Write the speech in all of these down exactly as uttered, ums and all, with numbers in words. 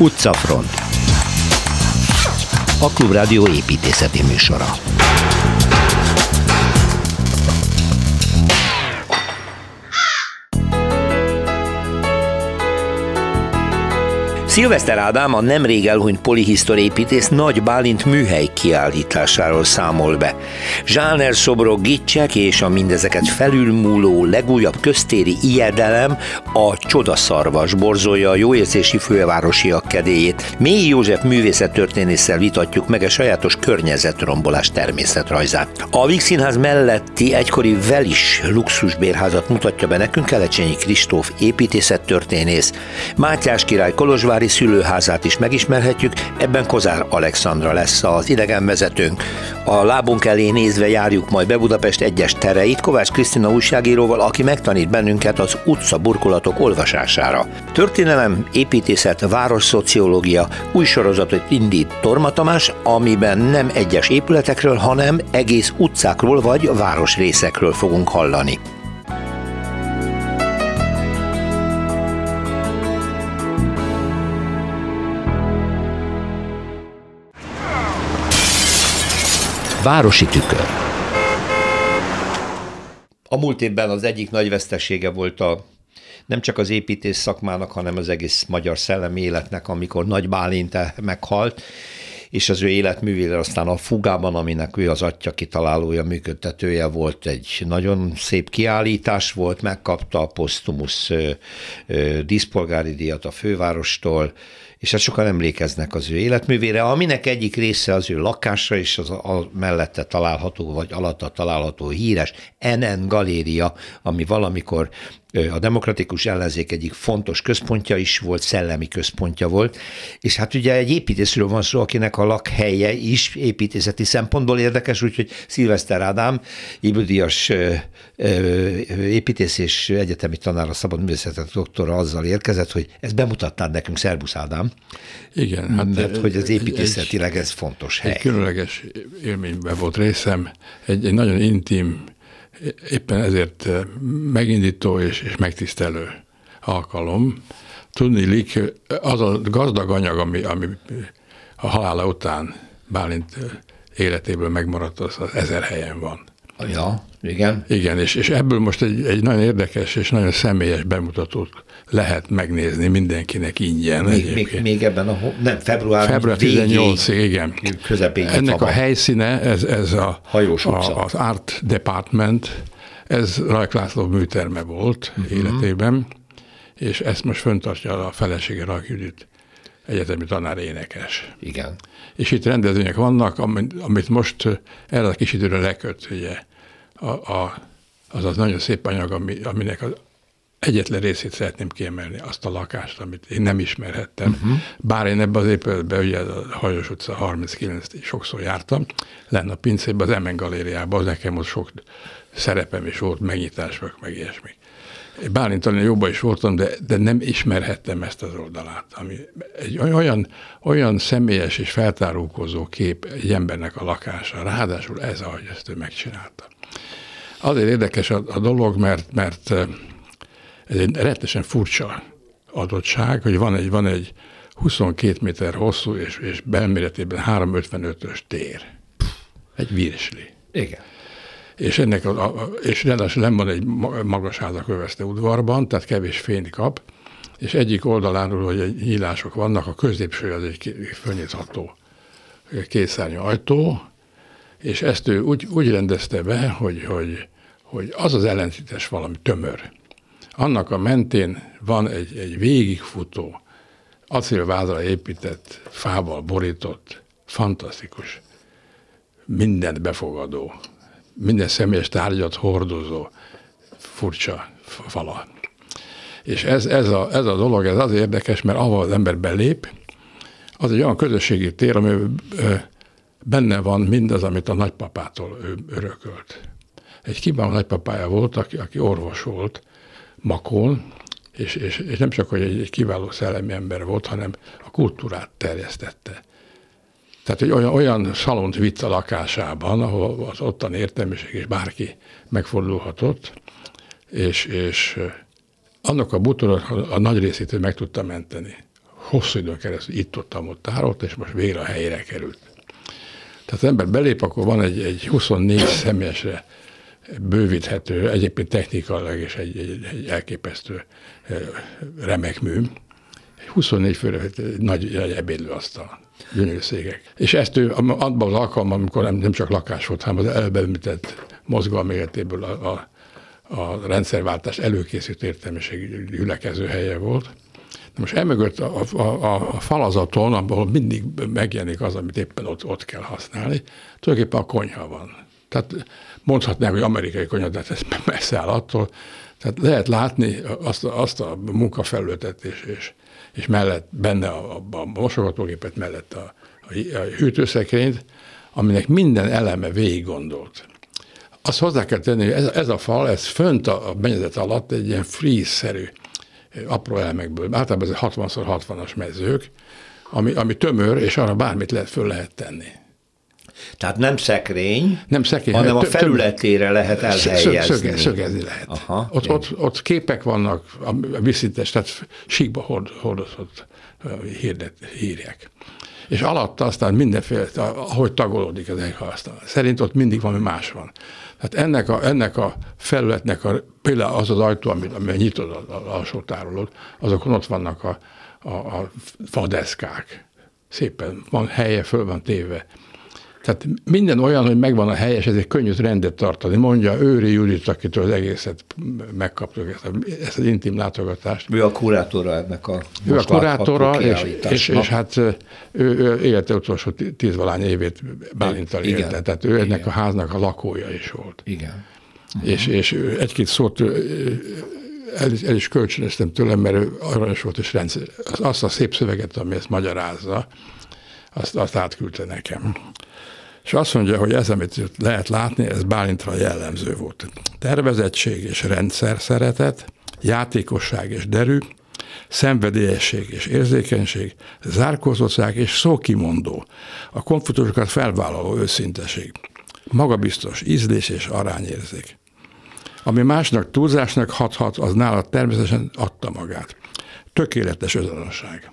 Utcafront, a Klubrádió építészeti műsora. Szilveszter Ádám, a nemrég elhunyt polihisztorépítész Nagy Bálint műhely kiállításáról számol be. Zsánerszobrok, gicsek és a mindezeket felülmúló legújabb köztéri ijedelem, a csodaszarvas borzolja a jóérzési fővárosiak kedélyét. Mélyi József művészettörténésszel vitatjuk meg a sajátos környezetrombolás természetrajzát. A Víg Színház melletti egykori Velis luxusbérházat mutatja be nekünk Kelecsényi Kristóf építészettörténész. Mátyás király kolozsvári szülőházát is megismerhetjük, ebben Kozár Alexandra lesz az idegenvezetőnk. A lábunk elé nézve járjuk majd be Budapest egyes tereit Kovács Krisztina újságíróval, aki megtanít bennünket az utca burkolatok olvasására. Történelem, építészet, városszociológia új sorozatot indít Torma Tamás, amiben nem egyes épületekről, hanem egész utcákról vagy városrészekről fogunk hallani. Városi tükör. A múlt évben az egyik nagy vesztesége volt a nem csak az építész szakmának, hanem az egész magyar szellemi életnek, amikor Nagy Bálint meghalt, és az ő életművére aztán a Fugában, aminek ő az atya kitalálója, működtetője volt, egy nagyon szép kiállítás volt, megkapta a posztumusz díszpolgári díjat a fővárostól, és hát sokan emlékeznek az ő életművére, aminek egyik része az ő lakása, és az a mellette található, vagy alatta található híres en en Galéria, ami valamikor a demokratikus ellenzék egyik fontos központja is volt, szellemi központja volt, és hát ugye egy építészről van szó, akinek a lakhelye is építészeti szempontból érdekes, úgyhogy Szilveszter Ádám, Ybl-díjas építész és egyetemi tanár, a szabadművészetek doktora azzal érkezett, hogy ezt bemutattad nekünk. Szerbusz Ádám. Igen. Hát mert hogy az építészetileg ez fontos hely. Egy különleges élményben volt részem, egy, egy nagyon intim, éppen ezért megindító és, és megtisztelő alkalom. Tudniillik, az a gazdag anyag, ami, ami a halála után Bálint életéből megmaradt, az, az ezer helyen van. Ja, igen. Igen, és, és ebből most egy, egy nagyon érdekes és nagyon személyes bemutatót lehet megnézni mindenkinek ingyen. Még, még, még ebben a, nem, február, február tizennyolcadikáig, igen. Közepén. Ennek a helyszíne, ez, ez a, a, az Art Department, ez Rajk László műterme volt uh-huh. életében, és ezt most föntartja a felesége, Rajk Judit, egyetemi tanár énekes. Igen. És itt rendezvények vannak, amit, amit most erre a kis időre leköt, ugye, a, a, az az nagyon szép anyag, ami, aminek az egyetlen részét szeretném kiemelni, azt a lakást, amit én nem ismerhettem. Uh-huh. Bár én ebben az épületben, ugye a Hajós utca harminckilenc sokszor jártam, lenne a pincében, az em en Galériában, az nekem ott sok szerepem is volt, megnyitások, meg ilyesmi. Bálintal én jobban is voltam, de, de nem ismerhettem ezt az oldalát, ami egy olyan, olyan személyes és feltárulkozó kép egy embernek a lakása, ráadásul ez, ahogy ezt ő megcsinálta. Azért érdekes a, a dolog, mert, mert ez egy rettenetesen furcsa adottság, hogy van egy, van egy huszonkét méter hosszú és, és belméretében háromszázötvenötös tér. Egy virsli. Igen. És ennek a, a, és ráadásul nem van egy magas házak övezte udvarban, tehát kevés fényt kap, és egyik oldaláról, hogy egy nyílások vannak, a középső az egy fölnyitható kétszárnyú ajtó, és ezt ő úgy, úgy rendezte be, hogy, hogy, hogy az az ellentétes valami tömör. Annak a mentén van egy, egy végigfutó, acélvázra épített, fával borított, fantasztikus, mindent befogadó, minden személyes tárgyat hordozó, furcsa fala. És ez, ez, a, ez a dolog, ez az érdekes, mert ahol az ember belép, az egy olyan közösségi tér, ami benne van mindaz, amit a nagypapától ő örökölt. Egy kiváló nagypapája volt, aki, aki orvos volt, Makón, és, és, és nem csak, hogy egy, egy kiváló szellemi ember volt, hanem a kultúrát terjesztette. Tehát egy olyan, olyan szalont vitt a lakásában, ahol az ottan értelmiség és bárki megfordulhatott, és, és annak a bútornak a nagy részét meg tudta menteni. hosszú időn keresztül itt-ottam ott tárolt, és most végre a helyére került. Tehát az ember belép, akkor van egy, egy huszonnégy személyesre bővíthető, egyébként technikailag és egy, egy, egy elképesztő remek mű. Egy huszonnégy főre egy nagy, nagy ebédlőasztal, gyönyörű székek. És ezt ő abban az alkalommal, amikor nem, nem csak lakás volt, hanem az előbeemlített mozgalmi életéből a, a, a rendszerváltás előkészítő értelmiség gyülekező helye volt. De most emögött a, a, a falazaton, ahol mindig megjelenik az, amit éppen ott, ott kell használni, tulajdonképpen a konyha van. Tehát mondhatnák, hogy amerikai konyha, de ez messze áll attól. Tehát lehet látni azt, azt a munkafelületet, és, és, és mellett benne a, a, a mosogatógépet, mellett a, a, a hűtőszekrényt, aminek minden eleme végig gondolt. Azt hozzá kell tenni, hogy ez, ez a fal, ez fönt a, a menyezet alatt egy ilyen frízszerű apró elemekből, általában ez hatvan szor hatvanas mezők, ami, ami tömör, és arra bármit lehet, föl lehet tenni. Tehát nem szekrény, nem szekrény hanem a felületére lehet elhelyezni. Szöge, szögezni lehet. Aha, ott, ott, ott képek vannak, a vízszintes, tehát síkba hord, hordozott hirdet, hírják. És alatta aztán mindenféle, ahogy tagolódik az egyháztal. Szerint ott mindig valami más van. Tehát ennek a, ennek a felületnek, a, például az az ajtó, amit, amit nyitod az alsó tárolót, azokon ott vannak a, a, a fadeszkák. Szépen van helye, föl van téve. Tehát minden olyan, hogy megvan a hely, és ezért könnyű rendet tartani. Mondja Őri Judit, akitől az egészet megkaptuk, ezt, a, ezt az intim látogatást. Ő a kurátora ennek a Ő a kurátora, és, és, és hát ő, ő élete utolsó tízvalány évét Bálinttal élte. Tehát ő ennek Igen. a háznak a lakója is volt. Igen. És, és egy-két szót el, el is kölcsönöztem tőlem, mert ő aranyos volt, és rendszer, azt a szép szöveget, ami ezt magyarázza, azt, azt átküldte nekem. És azt mondja, hogy ez, amit lehet látni, ez Bálintra jellemző volt. Tervezettség és rendszer szeretet, játékosság és derű, szenvedélyesség és érzékenység, zárkózottság és szókimondó, a konfliktusokat felvállaló őszinteség, magabiztos ízlés és arányérzék. Ami másnak túlzásnak hathat, az nála természetesen adta magát. Tökéletes özonosság.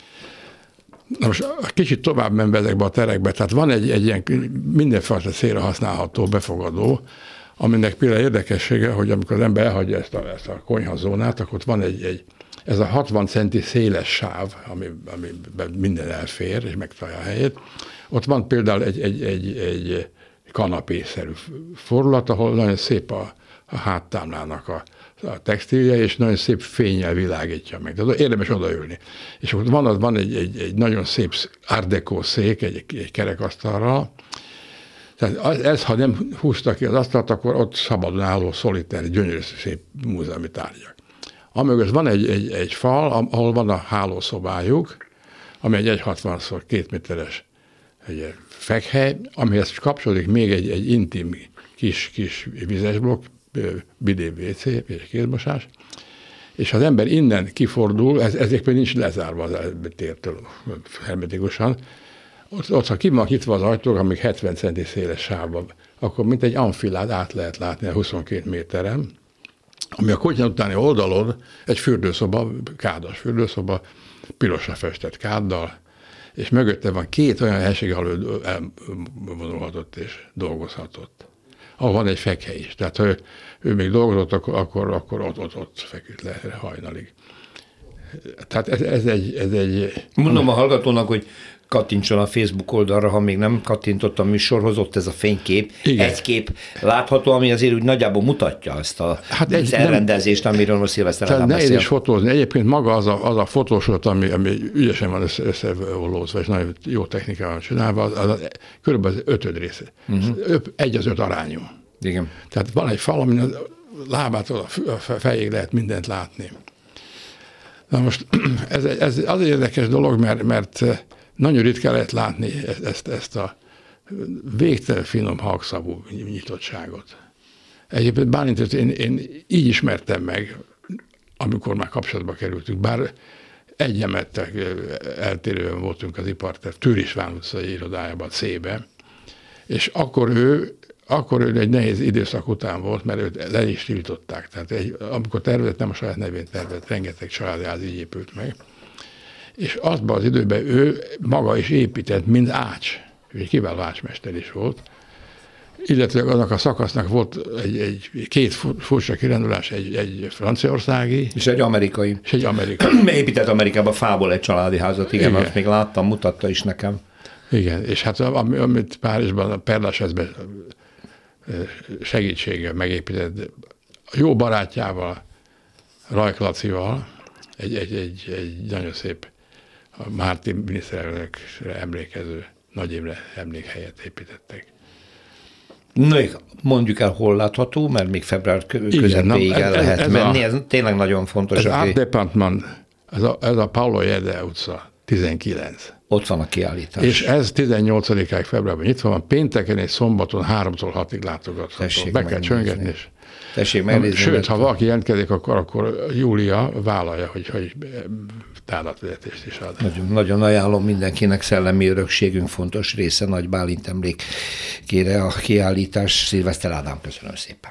Na most kicsit tovább menve ezekbe a terekbe, tehát van egy, egy ilyen mindenfajta célra használható befogadó, aminek például érdekessége, hogy amikor az ember elhagyja ezt a, ezt a konyhazónát, akkor ott van egy, egy ez a hatvan centi széles sáv, ami, amiben minden elfér, és megtalálja a helyét. Ott van például egy, egy, egy, egy kanapészerű fordulat, ahol nagyon szép a, a háttámlának a a textilje, és nagyon szép fénnyel világítja meg. Tehát érdemes odaülni. És ott van, van egy, egy, egy nagyon szép art deco szék, egy, egy kerekasztalra. Tehát ez, ha nem húzta ki az asztalt, akkor ott szabadon álló, szolitár, gyönyörű szép múzeumi tárgyak. Amögött van egy, egy, egy fal, ahol van a hálószobájuk, ami egy egy hatvan szor két méteres egy fekhely, amihez kapcsolódik még egy, egy intim kis, kis vizesblokk, bidé vé cé, és kézmosás, és ha az ember innen kifordul, ez, ezek pedig nincs lezárva az tértől hermetikusan, ott, ott ha ki van nyitva az ajtók, amíg hetven centi széles sávban, akkor mint egy amfilát át lehet látni a huszonkét méteren, ami a kocsin utáni oldalon egy fürdőszoba, kádas fürdőszoba, pirosra festett káddal, és mögötte van két olyan helység, ahol ő elvonulhatott és dolgozhatott. Ahol van egy fekhely is. Tehát ha ő, ő még dolgozott, akkor, akkor, akkor ott, ott, ott feküdt le hajnalig. Tehát ez, ez egy... Ez egy Mondom a hallgatónak, hogy kattintson a Facebook oldalra, ha még nem kattintott a műsorhoz, ott ez a fénykép, Igen. egy kép látható, ami azért úgy nagyjából mutatja ezt a, hát egy, az elrendezést, nem, amiről most Szilveszter Ádám beszél. Nehéz is fotózni. Egyébként maga az a, az a fotósot, ami, ami ügyesen van összeollózva, és nagyon jó technikával csinálva, az, az, az körülbelül az ötöd része. Uh-huh. Egy az öt arányú. Igen. Tehát van egy fal, amin a lábától a fejéig lehet mindent látni. Na most ez, ez az egy érdekes dolog, mert, mert nagyon ritkán lehet látni ezt, ezt a végtelen finom hangszavú nyitottságot. Egyébként Bálintot én, én így ismertem meg, amikor már kapcsolatba kerültünk, bár egy emettel eltérően voltunk az iparterv, Tűr István utcai irodájában, C-be, és akkor ő, akkor ő egy nehéz időszak után volt, mert őt le is tiltották. Tehát egy, amikor tervezett, nem a saját nevén tervezett, rengeteg családház így épült meg. és azban az időben ő maga is épített, mint ács. Ő egy kiváló ácsmester is volt. Illetve annak a szakasznak volt egy, egy két furcsa kirándulás, egy, egy franciaországi. És egy amerikai. És egy amerikai. Épített Amerikában fából egy családi házat, igen, igen. Azt még láttam, mutatta is nekem. Igen, és hát amit Párizsban a Perlachezben segítséggel megépített, a jó barátjával, Rajk Lacival, egy, egy, egy, egy nagyon szép a Márti miniszterelnökre emlékező Nagy Imre emlékhelyet építettek. Na, mondjuk el, hol látható, mert még február közepéig el lehet ez menni, a, ez tényleg nagyon fontos. Ez Art Department, ez a, ez a Paulo Jede utca, tizenkilenc. Ott van a kiállítás. És ez tizennyolcadikáig februárban nyitva van, pénteken és szombaton háromtól hatig látogatható. Tessék Be kell csöngetni. És Tessék megnézni. Sőt, ha valaki jelentkezik, akkor, akkor Júlia vállalja, hogy, hogy tárlatvezetést is ad. Nagyon, nagyon ajánlom mindenkinek, szellemi örökségünk fontos része, Nagy Bálint emlékére a kiállítás. Szilveszter Ádám, köszönöm szépen.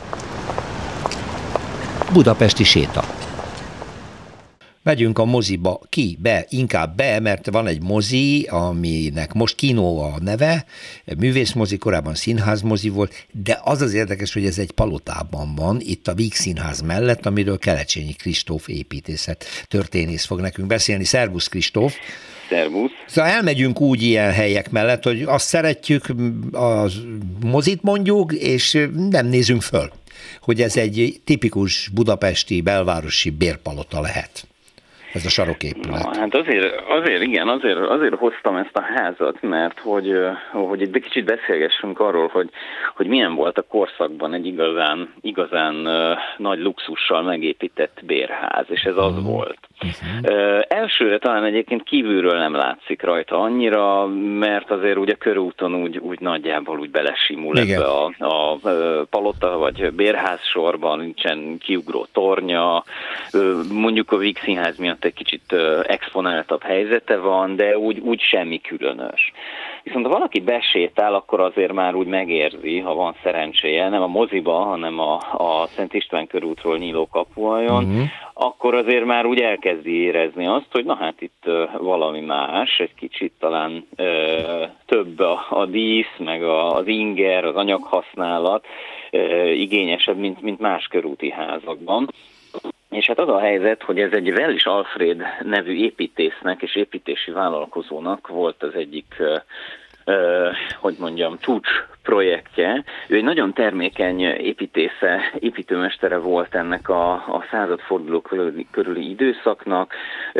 Budapesti séta. Megyünk a moziba, ki, be, inkább be, mert van egy mozi, aminek most Kino a neve, művészmozi, korábban színházmozi volt, de az az érdekes, hogy ez egy palotában van, itt a Víg Színház mellett, amiről Kelecsényi Kristóf építészet történész fog nekünk beszélni. Szervusz, Kristóf! Szervusz! Szóval elmegyünk úgy ilyen helyek mellett, hogy azt szeretjük, a mozit mondjuk, és nem nézünk föl, hogy ez egy tipikus budapesti, belvárosi bérpalota lehet. Ez a saroképület. Na, hát azért, azért igen, azért, azért hoztam ezt a házat, mert hogy, hogy egy kicsit beszélgessünk arról, hogy, hogy milyen volt a korszakban egy igazán, igazán uh, nagy luxussal megépített bérház, és ez az uh-huh. volt. Uh-huh. Uh, elsőre talán egyébként kívülről nem látszik rajta annyira, mert azért ugye körúton úgy, úgy nagyjából úgy belesimul ebbe a, a, a palota vagy bérház sorban, nincsen kiugró tornya, uh, mondjuk a Víg Színház miatt egy kicsit exponáltabb helyzete van, de úgy, úgy semmi különös. Viszont ha valaki besétál, akkor azért már úgy megérzi, ha van szerencséje, nem a moziba, hanem a, a Szent István körútról nyíló kapuajon, uh-huh. akkor azért már úgy elkezdi érezni azt, hogy na hát itt valami más, egy kicsit talán ö, több a, a dísz, meg a, az inger, az anyaghasználat ö, igényesebb, mint, mint más körúti házakban. És hát az a helyzet, hogy ez egy Wellis Alfred nevű építésznek és építési vállalkozónak volt az egyik, uh, uh, hogy mondjam, csúcs projektje. Ő egy nagyon termékeny építésze, építőmestere volt ennek a, a századforduló körüli, körüli időszaknak,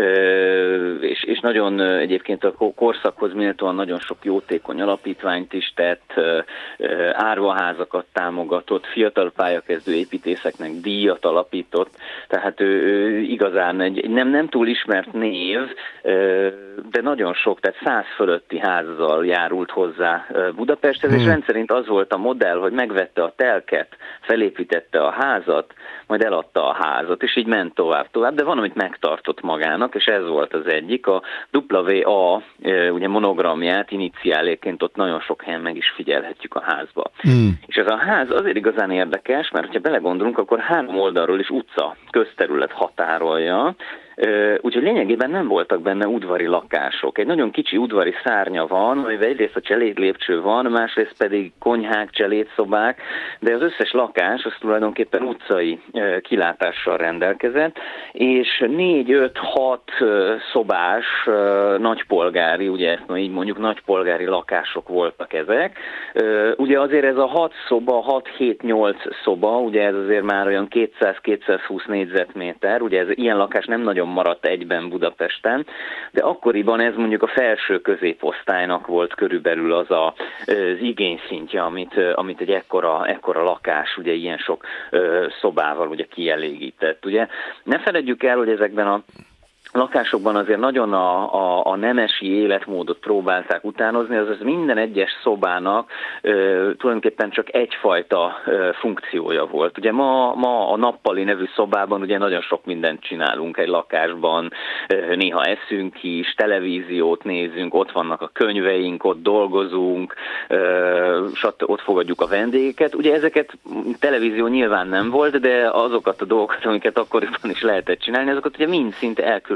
és, és nagyon egyébként a korszakhoz méltóan nagyon sok jótékony alapítványt is tett, árvaházakat támogatott, fiatal pályakezdő építészeknek díjat alapított, tehát ő, ő igazán egy nem, nem túl ismert név, de nagyon sok, tehát száz fölötti házzal járult hozzá Budapesthez, hmm. és rendszerint az volt a modell, hogy megvette a telket, felépítette a házat, majd eladta a házat, és így ment tovább, tovább, de van, amit megtartott magának, és ez volt az egyik, a dupla vé á ugye monogramját iniciáléként ott nagyon sok helyen meg is figyelhetjük a házba. Hmm. És ez a ház azért igazán érdekes, mert ha belegondolunk, akkor három oldalról is utca, közterület határolja, úgyhogy lényegében nem voltak benne udvari lakások. Egy nagyon kicsi udvari szárnya van, amivel egyrészt a cselédlépcső van, másrészt pedig konyhák, cselédszobák, de az összes lakás az tulajdonképpen utcai kilátással rendelkezett, és négy, öt, hat szobás nagypolgári, ugye ezt így mondjuk nagypolgári lakások voltak ezek. Ugye azért ez a hat szoba, hat, hét, nyolc szoba, ugye ez azért már olyan kétszáz-kétszázhúsz négyzetméter, ugye ez ilyen lakás nem nagyon maradt egyben Budapesten, de akkoriban ez mondjuk a felső középosztálynak volt körülbelül az a, az igényszintje, amit, amit egy ekkora, ekkora lakás ugye ilyen sok szobával ugye kielégített. Ugye ne feledjük el, hogy ezekben a lakásokban azért nagyon a, a, a nemesi életmódot próbálták utánozni, azaz minden egyes szobának e, tulajdonképpen csak egyfajta e, funkciója volt. Ugye ma, ma a nappali nevű szobában ugye nagyon sok mindent csinálunk egy lakásban, e, néha eszünk is, televíziót nézünk, ott vannak a könyveink, ott dolgozunk, e, sat, ott fogadjuk a vendégeket. Ugye ezeket televízió nyilván nem volt, de azokat a dolgokat, amiket akkoriban is lehetett csinálni, azokat ugye mind szinte elkülönített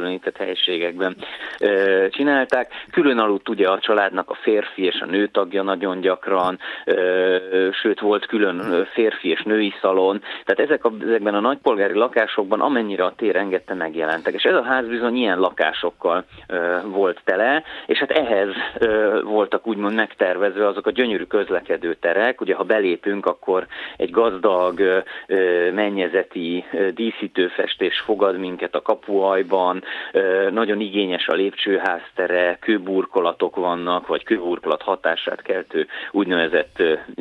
elkülönített helyiségekben csinálták. Külön aludt ugye a családnak a férfi és a nő tagja nagyon gyakran, sőt volt külön férfi és női szalon, tehát ezek a, ezekben a nagypolgári lakásokban amennyire a tér engedte megjelentek. És ez a ház bizony ilyen lakásokkal volt tele, és hát ehhez voltak úgymond megtervezve azok a gyönyörű közlekedő terek. Ugye ha belépünk, akkor egy gazdag mennyezeti díszítőfestés fogad minket a kapuajban, nagyon igényes a lépcsőháztere, kőburkolatok vannak, vagy kőburkolat hatását keltő úgynevezett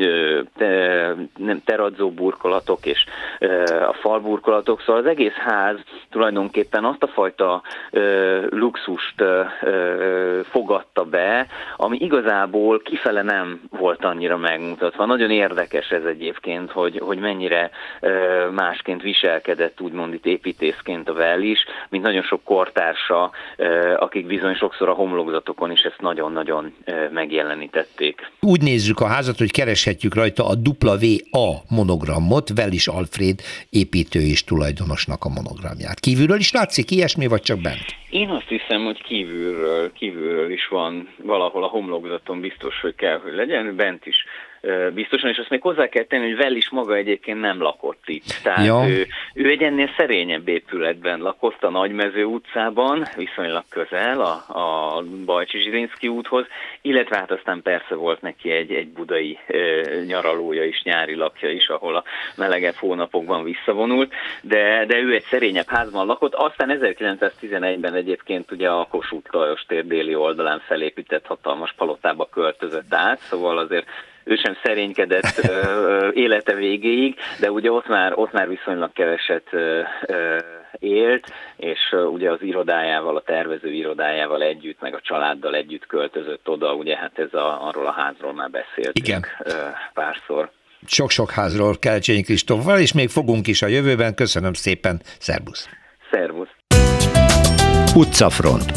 nem teradzó burkolatok és a falburkolatok, szóval az egész ház tulajdonképpen azt a fajta luxust fogadta be, ami igazából kifele nem volt annyira megmutatva. Nagyon érdekes ez egyébként, hogy, hogy mennyire másként viselkedett úgymond itt építészként a Well is, mint nagyon sok kortársa, akik bizony sokszor a homlokzatokon is ezt nagyon-nagyon megjelenítették. Úgy nézzük a házat, hogy kereshetjük rajta a dupla vé á monogramot, Well-is Alfred építő és tulajdonosnak a monogramját. Kívülről is látszik ilyesmi, vagy csak bent? Én azt hiszem, hogy kívülről, kívülről is van valahol a homlokzaton, biztos, hogy kell, hogy legyen, bent is biztosan, és azt még hozzá kell tenni, hogy Well is maga egyébként nem lakott itt. Tehát ja. ő, ő egy ennél szerényebb épületben lakott a Nagymező utcában, viszonylag közel a, a Bajcsi-Zsilinszky úthoz, illetve hát aztán persze volt neki egy, egy budai e, nyaralója is, nyári lakja is, ahol a melegebb hónapokban visszavonult, de, de ő egy szerényebb házban lakott. Aztán ezerkilencszáztizenegyben egyébként ugye a Kossuth Lajos tér déli oldalán felépített hatalmas palotába költözött át, szóval azért ő sem szerénykedett ö, élete végéig, de ugye ott már, ott már viszonylag keveset ö, ö, élt, és ö, ugye az irodájával, a tervező irodájával együtt, meg a családdal együtt költözött oda, ugye hát ez a, arról a házról már beszéltünk Igen. Ö, párszor. Sok-sok házról Kelcsényi Kristóffal, és még fogunk is a jövőben. Köszönöm szépen, szervusz! Szervusz! Utcafront.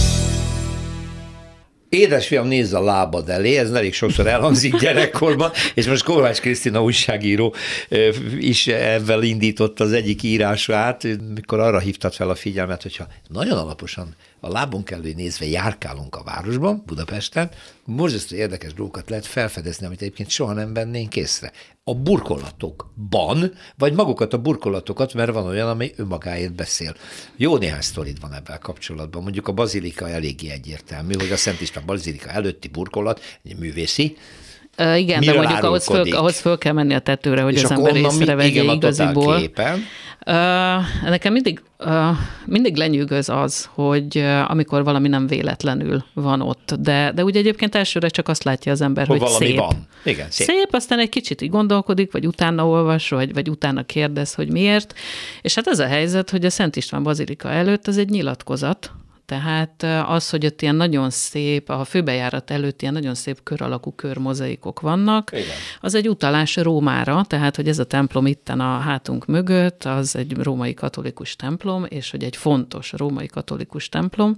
Édesfiam, nézz a lábad elé, ez elég sokszor elhangzik gyerekkorban, és most Kovács Krisztina újságíró is ebben indította az egyik írását, mikor arra hívtad fel a figyelmet, hogyha nagyon alaposan a lábunk elé nézve járkálunk a városban, Budapesten, borzasztó érdekes dolgokat lehet felfedezni, amit egyébként soha nem vennénk észre. A burkolatokban, vagy magukat a burkolatokat, mert van olyan, ami önmagáért beszél. Jó néhány sztorid van ebben kapcsolatban. Mondjuk a bazilika eléggé egyértelmű, hogy a Szent István bazilika előtti burkolat, egy művészi, Uh, igen, Miről de mondjuk ahhoz föl, ahhoz föl kell menni a tetőre, hogy és az ember észrevegye igaziból. Uh, nekem mindig, uh, mindig lenyűgöz az, hogy uh, amikor valami nem véletlenül van ott, de, de ugye egyébként elsőre csak azt látja az ember, hogy, hogy szép. Van. Igen, szép. Szép, aztán egy kicsit így gondolkodik, vagy utána olvas, vagy, vagy utána kérdez, hogy miért. És hát ez a helyzet, hogy a Szent István bazilika előtt az egy nyilatkozat, tehát az, hogy ott ilyen nagyon szép, a főbejárat előtt ilyen nagyon szép kör alakú körmozaikok vannak, igen. Az egy utalás Rómára, tehát hogy ez a templom itten a hátunk mögött, az egy római katolikus templom, és hogy egy fontos római katolikus templom,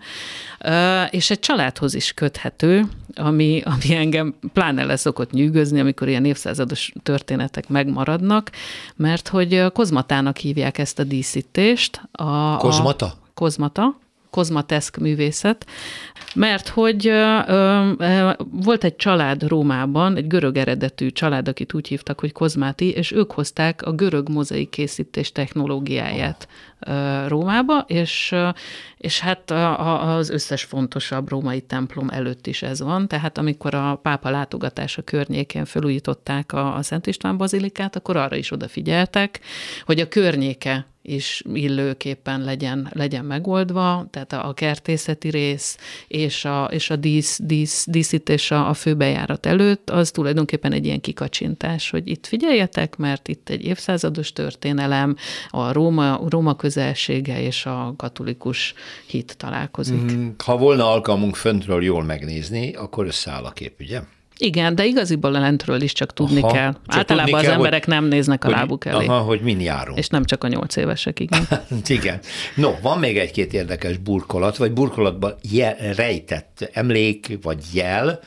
és egy családhoz is köthető, ami, ami engem pláne le szokott nyűgözni, amikor ilyen évszázados történetek megmaradnak, mert hogy kozmatának hívják ezt a díszítést. A, Kozmata? A, kozmata. kozmateszk művészet, mert hogy ö, ö, volt egy család Rómában, egy görög eredetű család, akit úgy hívtak, hogy Kozmáti, és ők hozták a görög mozaik készítés technológiáját ö, Rómába, és, és hát a, az összes fontosabb római templom előtt is ez van, tehát amikor a pápa látogatása környékén felújították a, a Szent István bazilikát, akkor arra is odafigyeltek, hogy a környéke is illőképpen legyen, legyen megoldva, tehát a kertészeti rész és a, és a dísz, dísz, díszítés a, a főbejárat előtt, az tulajdonképpen egy ilyen kikacsintás, hogy itt figyeljetek, mert itt egy évszázados történelem, a Róma, Róma közelsége és a katolikus hit találkozik. Ha volna alkalmunk föntről jól megnézni, akkor összeáll a kép, ugye? Igen, de igaziból a lentről is csak tudni aha, kell. Csak általában tudni az kell, emberek hogy, nem néznek a hogy, lábuk elé. Aha, hogy min járunk. És nem csak a nyolc évesek, igen. Igen. No, van még egy-két érdekes burkolat, vagy burkolatban jel, rejtett emlék, vagy jel,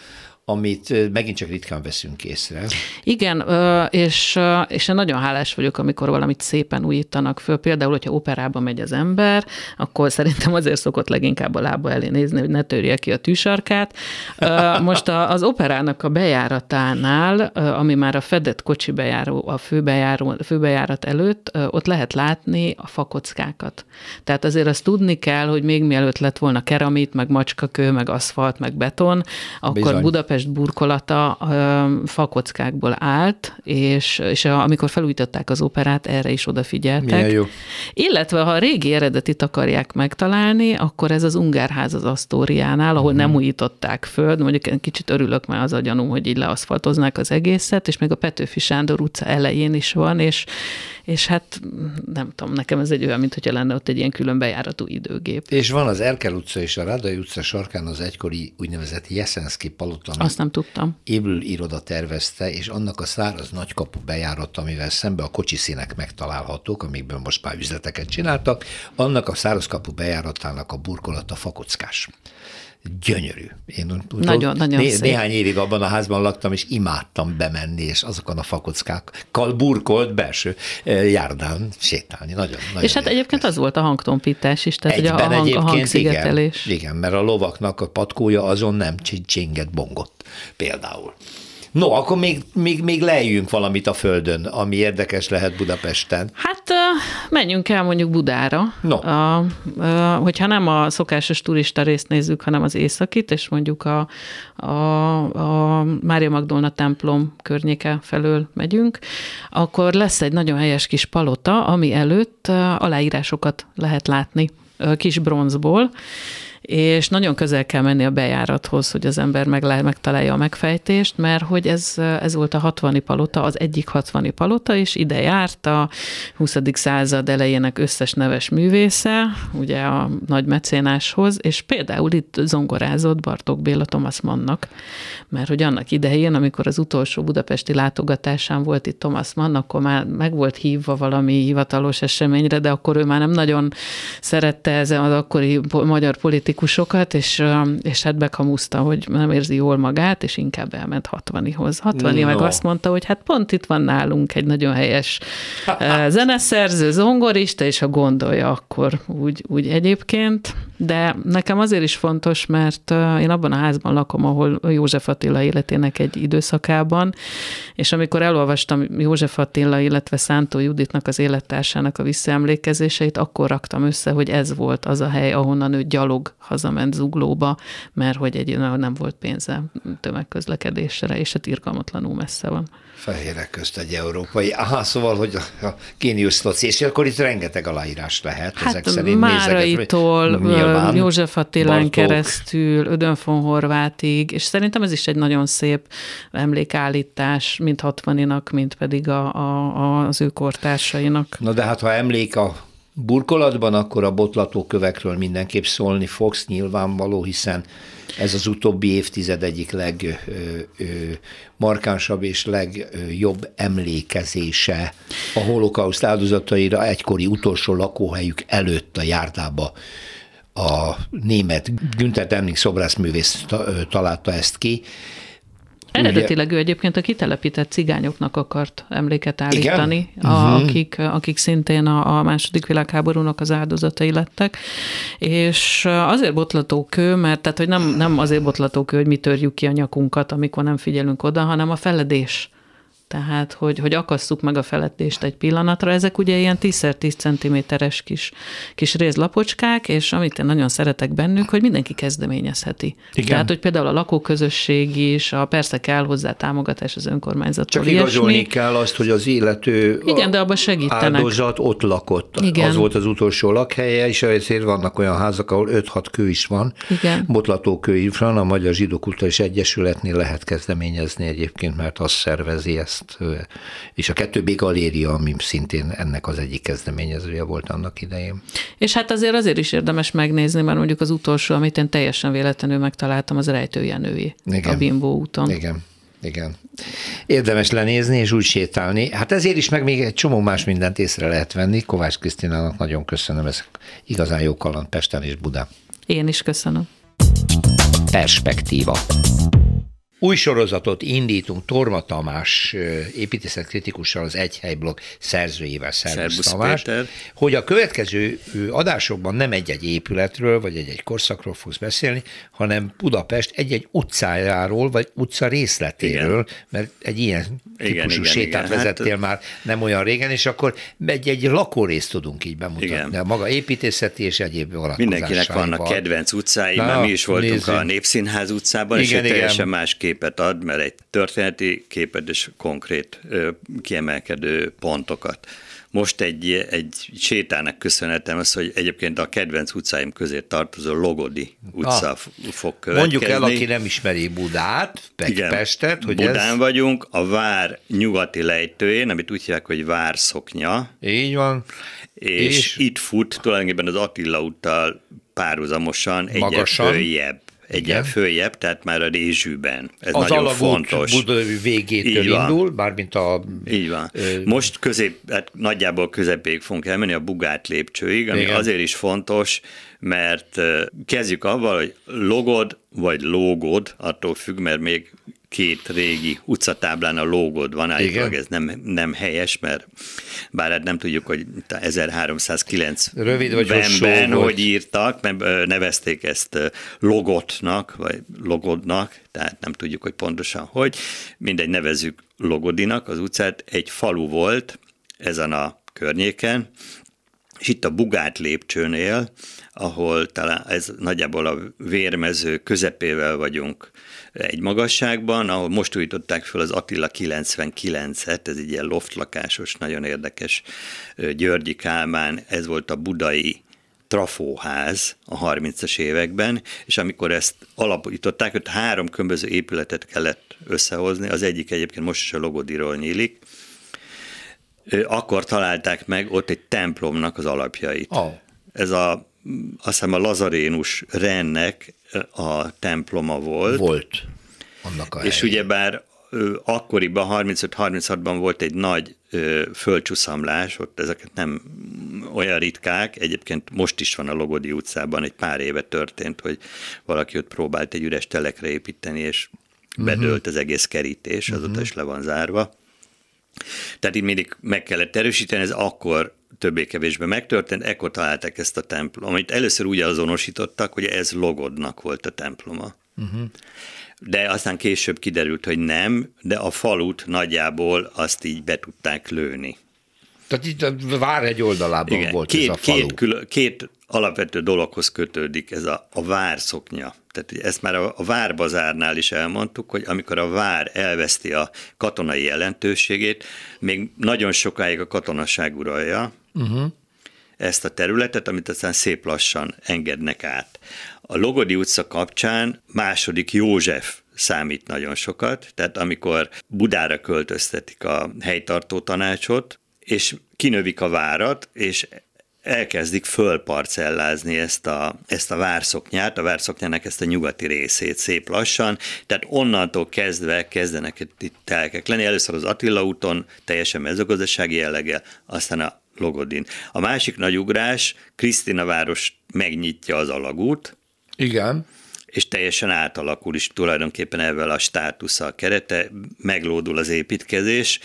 amit megint csak ritkán veszünk észre. Igen, és, és én nagyon hálás vagyok, amikor valamit szépen újítanak föl. Például, hogyha operába megy az ember, akkor szerintem azért szokott leginkább a lába elé nézni, hogy ne törje ki a tűsarkát. Most az operának a bejáratánál, ami már a fedett kocsi bejáró, a főbejáró, főbejárat előtt, ott lehet látni a fakockákat. Tehát azért azt tudni kell, hogy még mielőtt lett volna keramit, meg macskakő, meg aszfalt, meg beton, akkor Bizony. Budapest burkolata fakockákból állt, és, és amikor felújították az operát, erre is odafigyeltek. Milyen jó. Illetve, ha a régi eredetit akarják megtalálni, akkor ez az Ungárház az Asztóriánál, ahol uh-huh. nem újították föl, de mondjuk kicsit örülök, mert az a gyanúm, hogy így leaszfaltoznák az egészet, és még a Petőfi Sándor utca elején is van, és, és hát nem tudom, nekem ez egy olyan, mint hogyha lenne ott egy ilyen külön bejáratú időgép. És van az Erkel utca és a Rádai utca sarkán az egykori úgynevezett Jeszenszky palota. Azt nem tudtam. Ébül iroda tervezte, és annak a száraz nagykapu bejárata, amivel szembe a kocsiszínek megtalálhatók, amikből most már üzleteket csináltak, annak a szárazkapu bejáratának a burkolata fakockás. Gyönyörű. Én nagyon, ott nagyon né- szép. Néhány évig abban a házban laktam, és imádtam bemenni, és azokon a fakockákkal burkolt belső járdán sétálni. Nagyon, nagyon és hát érdekes. Egyébként az volt a hangtompítás is, tehát Egyben ugye a, hang, a hangszigetelés. Igen, igen, mert a lovaknak a patkója azon nem csinget bongott például. No, akkor még, még, még lejjünk valamit a földön, ami érdekes lehet Budapesten. Hát menjünk el mondjuk Budára. No. A, a, hogyha nem a szokásos turista részt nézzük, hanem az északit, és mondjuk a, a, a Mária Magdolna templom környéke felől megyünk, akkor lesz egy nagyon helyes kis palota, ami előtt aláírásokat lehet látni kis bronzból, és nagyon közel kell menni a bejárathoz, hogy az ember meg, megtalálja a megfejtést, mert hogy ez, ez volt a hatvani palota, az egyik hatvani palota, és ide járt a huszadik század elejének összes neves művésze, ugye a nagy mecénáshoz, és például itt zongorázott Bartók Béla Thomas Mannnak, mert hogy annak idején, amikor az utolsó budapesti látogatásán volt itt Thomas Mann, akkor már meg volt hívva valami hivatalos eseményre, de akkor ő már nem nagyon szerette ezen az akkori magyar politikus sokat, és, és hát bekamuszta, hogy nem érzi jól magát, és inkább elment hatvanihoz. hatvani no. meg azt mondta, hogy hát pont itt van nálunk egy nagyon helyes zeneszerző, zongorista, és ha gondolja, akkor úgy, úgy egyébként. De nekem azért is fontos, mert én abban a házban lakom, ahol József Attila életének egy időszakában, és amikor elolvastam József Attila, illetve Szántó Juditnak, az élettársának a visszaemlékezéseit, akkor raktam össze, hogy ez volt az a hely, ahonnan ő gyalog hazament Zuglóba, mert hogy egy, nem volt pénze tömegközlekedésre, és hát irgalmatlanul messze van. Fehérek közt egy európai. Aha, szóval, hogy a Génius Loci, és akkor itt rengeteg aláírás lehet. Hát ezek szerint Máraitól, József Attilán keresztül, Ödön von Horváthig, és szerintem ez is egy nagyon szép emlékállítás, mind hatvaninak, mind pedig a, a, az ő kortársainak. Na de hát, ha emlék a burkolatban, akkor a botlatókövekről mindenképp szólni fogsz, nyilvánvaló, hiszen ez az utóbbi évtized egyik legmarkánsabb és legjobb emlékezése a holokauszt áldozataira egykori utolsó lakóhelyük előtt a járdába. A német Günther Demnig szobrászművész találta ezt ki. Eredetileg ő egyébként a kitelepített cigányoknak akart emléket állítani, a, uh-huh. akik, akik szintén a, a második világháborúnak az áldozatai lettek, és azért botlatókő, mert tehát, hogy nem, nem azért botlatókő, hogy mi törjük ki a nyakunkat, amikor nem figyelünk oda, hanem a feledés. Tehát, hogy, hogy akasszuk meg a feledést egy pillanatra. Ezek ugye ilyen tíz tíz centiméteres kis, kis rézlapocskák, és amit én nagyon szeretek bennük, hogy mindenki kezdeményezheti. Igen. Tehát, hogy például a lakóközösség is, a persze kell hozzá támogatás az önkormányzattól. Csak igazolni kell azt, hogy az illető igen, de abban segítenek. Áldozat ott lakott. Igen. Az volt az utolsó lakhelye, és ezért vannak olyan házak, ahol öt-hat kő is van. Igen. Botlatókő is van, a Magyar Zsidó Kulturális Egyesületnél lehet kezdeményezni egyébként, mert azt szervezi ezt. És a kettő bé galéria, ami szintén ennek az egyik kezdeményezője volt annak idején. És hát azért azért is érdemes megnézni, mert mondjuk az utolsó, amit én teljesen véletlenül megtaláltam, az Rejtő Jenői, a Bimbó úton. Igen, igen. Érdemes lenézni és úgy sétálni. Hát ezért is meg még egy csomó más mindent észre lehet venni. Kovács Krisztinának nagyon köszönöm, ez igazán jó kaland Pesten és Budán. Én is köszönöm. Perspektíva. Új sorozatot indítunk Torma Tamás építészetkritikussal, az Egyhelyblog szerzőjével, Szervusz Tamás, Péter. Hogy a következő adásokban nem egy-egy épületről, vagy egy-egy korszakról fogsz beszélni, hanem Budapest egy-egy utcájáról, vagy utca részletéről, igen. Mert egy ilyen típusú igen, sétát igen, vezettél hát, már nem olyan régen, és akkor egy-egy lakórészt tudunk így bemutatni. Igen. A maga építészeti és egyéb vonatkozásaival. Mindenkinek vannak kedvenc utcái, mert mi is voltunk nézzünk. A Népszínház utcában, igen, és egy teljesen más képet ad, mert egy történeti képet és konkrét ö, kiemelkedő pontokat. Most egy, egy sétának köszönhetem az, hogy egyébként a kedvenc utcáim közé tartozó Logodi utca ah, fog következni. Mondjuk el, aki nem ismeri Budát, Pestet, hogy Budán ez... vagyunk, a vár nyugati lejtőjén, amit úgy hívják, hogy Várszoknya. Így van. És, és itt fut tulajdonképpen az Attila úttal párhuzamosan egyen följebb. Egyen följebb, tehát már a Rézsűben. Ez az nagyon fontos. Az alagút végétől indul, bármint a... Így van. Ö... Most közép, hát nagyjából közepéig fogunk elmenni a Bugát lépcsőig, ami igen. azért is fontos, mert kezdjük avval, hogy logod vagy lógod, attól függ, mert még két régi utcatáblán a lógod van, állítólag ez nem, nem helyes, mert bár hát nem tudjuk, hogy ezerháromszázkilencvenben hogy írtak, nevezték ezt logotnak, vagy logodnak, tehát nem tudjuk, hogy pontosan hogy. Mindegy, nevezzük Logodinak az utcát. Egy falu volt ezen a környéken, és itt a Bugát lépcsőnél, ahol talán ez nagyjából a Vérmező közepével vagyunk egy magasságban, ahol most újították föl az Attila kilencvenkilencet, ez egy ilyen loftlakásos, nagyon érdekes Györgyi Kálmán, ez volt a budai trafóház a harmincas években, és amikor ezt alapították, ott három különböző épületet kellett összehozni, az egyik egyébként most is a Logodiról nyílik, akkor találták meg ott egy templomnak az alapjait. Oh. Ez a, azt hiszem a Lazarénus rendnek a temploma volt. Volt. Annak a és ugyebár akkoriban, harmincöt-harminchatban volt egy nagy földcsúszamlás, ott ezeket nem olyan ritkák, egyébként most is van a Logodi utcában, egy pár éve történt, hogy valaki ott próbált egy üres telekre építeni, és bedőlt uh-huh. az egész kerítés, azóta uh-huh. is le van zárva. Tehát itt mindig meg kellett erősíteni, ez akkor többé-kevésbé megtörtént, ekkor találták ezt a templom, amit először úgy azonosítottak, hogy ez Logodnak volt a temploma. Uh-huh. De aztán később kiderült, hogy nem, de a falut nagyjából azt így be tudták lőni. Tehát itt a vár egy oldalában igen, volt két, ez a falu. Két, külön, két alapvető dologhoz kötődik ez a, a várszoknya. Tehát ezt már a, a várbazárnál is elmondtuk, hogy amikor a vár elveszti a katonai jelentőségét, még nagyon sokáig a katonaság uralja uh-huh. ezt a területet, amit aztán szép lassan engednek át. A Logodi utca kapcsán második József számít nagyon sokat, tehát amikor Budára költöztetik a helytartó tanácsot, és kinövik a várat, és elkezdik fölparcellázni ezt a, ezt a várszoknyát, a várszoknyának ezt a nyugati részét szép lassan, tehát onnantól kezdve kezdenek itt telkek lenni. Először az Attila úton, teljesen mezőgazdasági jelleggel, aztán a Logodin. A másik nagy ugrás, Krisztina város megnyitja az alagút. Igen. És teljesen átalakul is tulajdonképpen ezzel a státusza, a kerete, meglódul az építkezés.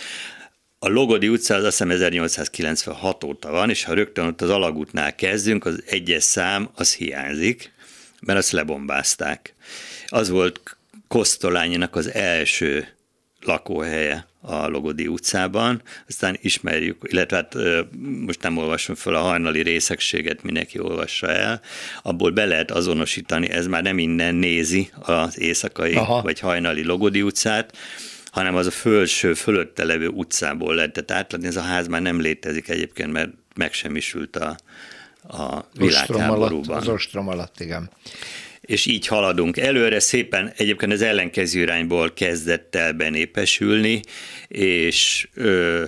A Logodi utca az azt hiszem ezernyolcszázkilencvenhat óta van, és ha rögtön ott az alagútnál kezdünk, az egyes szám, az hiányzik, mert azt lebombázták. Az volt Kosztolányinak az első lakóhelye a Logodi utcában, aztán ismerjük, illetve hát most nem olvasom fel a hajnali részegséget, mindenki olvassa el, abból be lehet azonosítani, ez már nem innen nézi az éjszakai Aha. vagy hajnali Logodi utcát, hanem az a fölső, fölötte levő utcából lehetett átlátni. Ez a ház már nem létezik egyébként, mert megsemmisült a, a világháborúban. Az ostrom alatt, igen. És így haladunk előre, szépen egyébként az ellenkező irányból kezdett el benépesülni, és ö,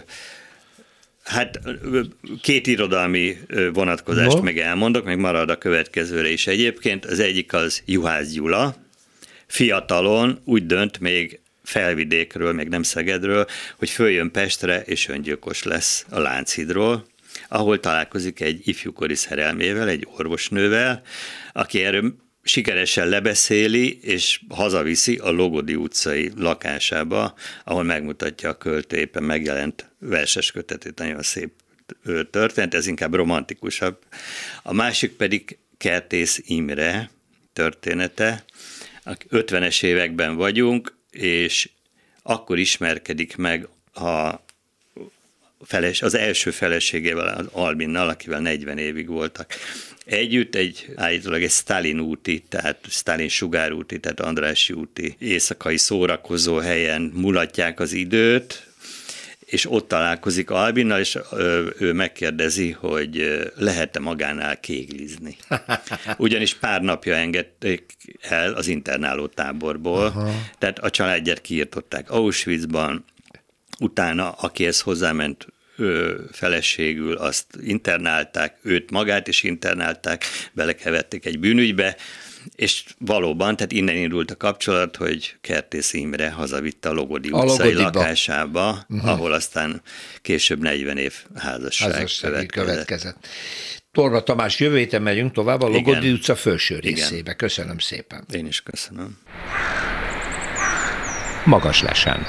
hát két irodalmi vonatkozást no. meg elmondok, meg marad a következőre is egyébként. Az egyik az Juhász Gyula, fiatalon úgy dönt még Felvidékről, meg nem Szegedről, hogy följön Pestre, és öngyilkos lesz a Lánchídról, ahol találkozik egy ifjúkori szerelmével, egy orvosnővel, aki erről sikeresen lebeszéli, és hazaviszi a Logodi utcai lakásába, ahol megmutatja a költő éppen megjelent verses kötetét, nagyon szép történet, ez inkább romantikusabb. A másik pedig Kertész Imre története. ötvenes években vagyunk, és akkor ismerkedik meg a feles, az első feleségével, az Albinnal, akivel negyven évig voltak együtt, egy állítólag egy Sztálin úti, tehát Sztálin sugárúti, tehát Andrássy úti éjszakai szórakozó helyen mulatják az időt, és ott találkozik Albinnal, és ő megkérdezi, hogy lehet-e magánál kéglizni. Ugyanis pár napja engedték el az internáló táborból, aha. Tehát a családját kiirtották Auschwitzban, utána akihez hozzáment ő feleségül, azt internálták, őt magát is internálták, belekeverték egy bűnügybe, és valóban, tehát innen indult a kapcsolat, hogy Kertész Imre hazavitte a Logodi a utcai Logodiba. lakásába, uh-huh. ahol aztán később negyven év házasság, házasság következett. következett. Torna Tamás, jövő héten megyünk tovább a Logodi Igen. utca felső részébe. Igen. Köszönöm szépen. Én is köszönöm. Magaslesen.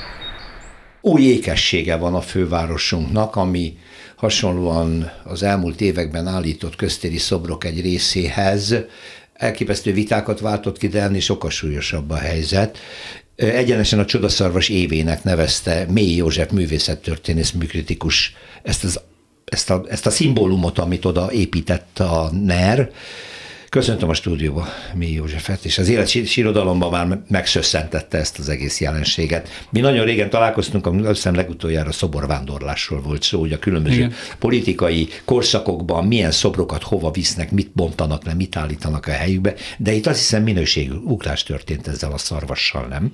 Új ékessége van a fővárosunknak, ami hasonlóan az elmúlt években állított köztéri szobrok egy részéhez elképesztő vitákat váltott ki, de ennél sokkal súlyosabb a helyzet. Egyenesen a Csodaszarvas évének nevezte Mély József művészettörténész műkritikus ezt, az, ezt, a, ezt a szimbólumot, amit oda épített a NER. Köszöntöm a stúdióba Mély Józsefet, és az életsírodalomban már megszösszentette ezt az egész jelenséget. Mi nagyon régen találkoztunk, azt hiszem legutoljára szoborvándorlásról volt szó, hogy a különböző Igen. politikai korszakokban milyen szobrokat hova visznek, mit bontanak le, mit állítanak a helyükbe, de itt azt hiszem minőségű ugrás történt ezzel a szarvassal, nem?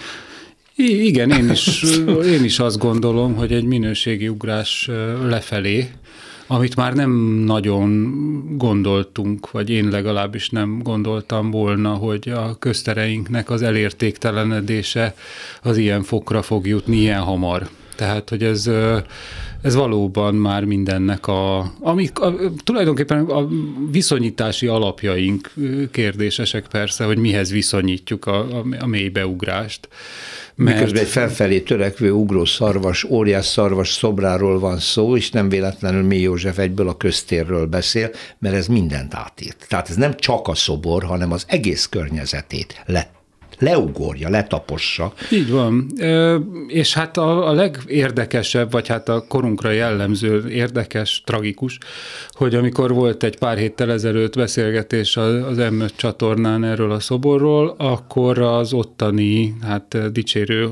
I- igen, én is, én is azt gondolom, hogy egy minőségi ugrás lefelé, amit már nem nagyon gondoltunk, vagy én legalábbis nem gondoltam volna, hogy a köztereinknek az elértéktelenedése az ilyen fokra fog jutni ilyen hamar. Tehát, hogy ez, ez valóban már mindennek a, amik a, tulajdonképpen a viszonyítási alapjaink kérdésesek persze, hogy mihez viszonyítjuk a, a, a mélybeugrást. Mert... Miközben egy felfelé törekvő ugró szarvas, óriás szarvas szobráról van szó, és nem véletlenül Mély József egyből a köztérről beszél, mert ez mindent átírt. Tehát ez nem csak a szobor, hanem az egész környezetét le, leugorja, letapossa. Így van. És hát a, a legérdekesebb, vagy hát a korunkra jellemző érdekes, tragikus, hogy amikor volt egy pár héttel ezelőtt beszélgetés az em öt csatornán erről a szoborról, akkor az ottani, hát dicsérő,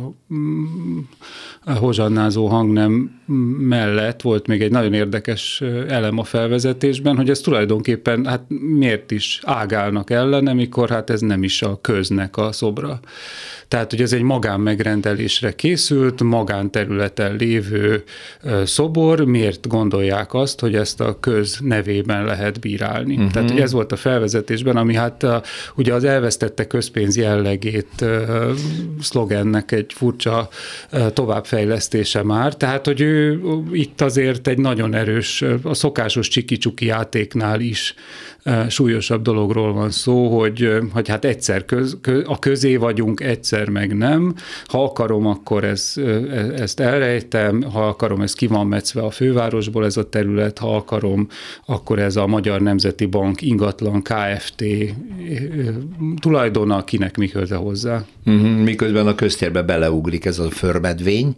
hozsannázó hangnem mellett volt még egy nagyon érdekes elem a felvezetésben, hogy ez tulajdonképpen, hát miért is ágálnak ellene, mikor hát ez nem is a köznek a szobra. Tehát, hogy ez egy magánmegrendelésre készült, magánterületen lévő szobor, miért gondolják azt, hogy ezt a köz nevében lehet bírálni. Uh-huh. Tehát, hogy ez volt a felvezetésben, ami hát a, ugye az elvesztette közpénz jellegét uh, szlogennek egy furcsa uh, továbbfejlesztése már. Tehát, hogy ő itt azért egy nagyon erős, a szokásos csiki-csuki játéknál is uh, súlyosabb dologról van szó, hogy, hogy hát egyszer köz, köz, a közé vagyunk, egyszer meg nem. Ha akarom, akkor ez, ezt elrejtem, ha akarom, ez ki van metszve a fővárosból ez a terület, ha akarom, akkor ez a Magyar Nemzeti Bank ingatlan Kft. Tulajdona, kinek mi köze hozzá. Miközben a köztérbe beleugrik ez a förmedvény.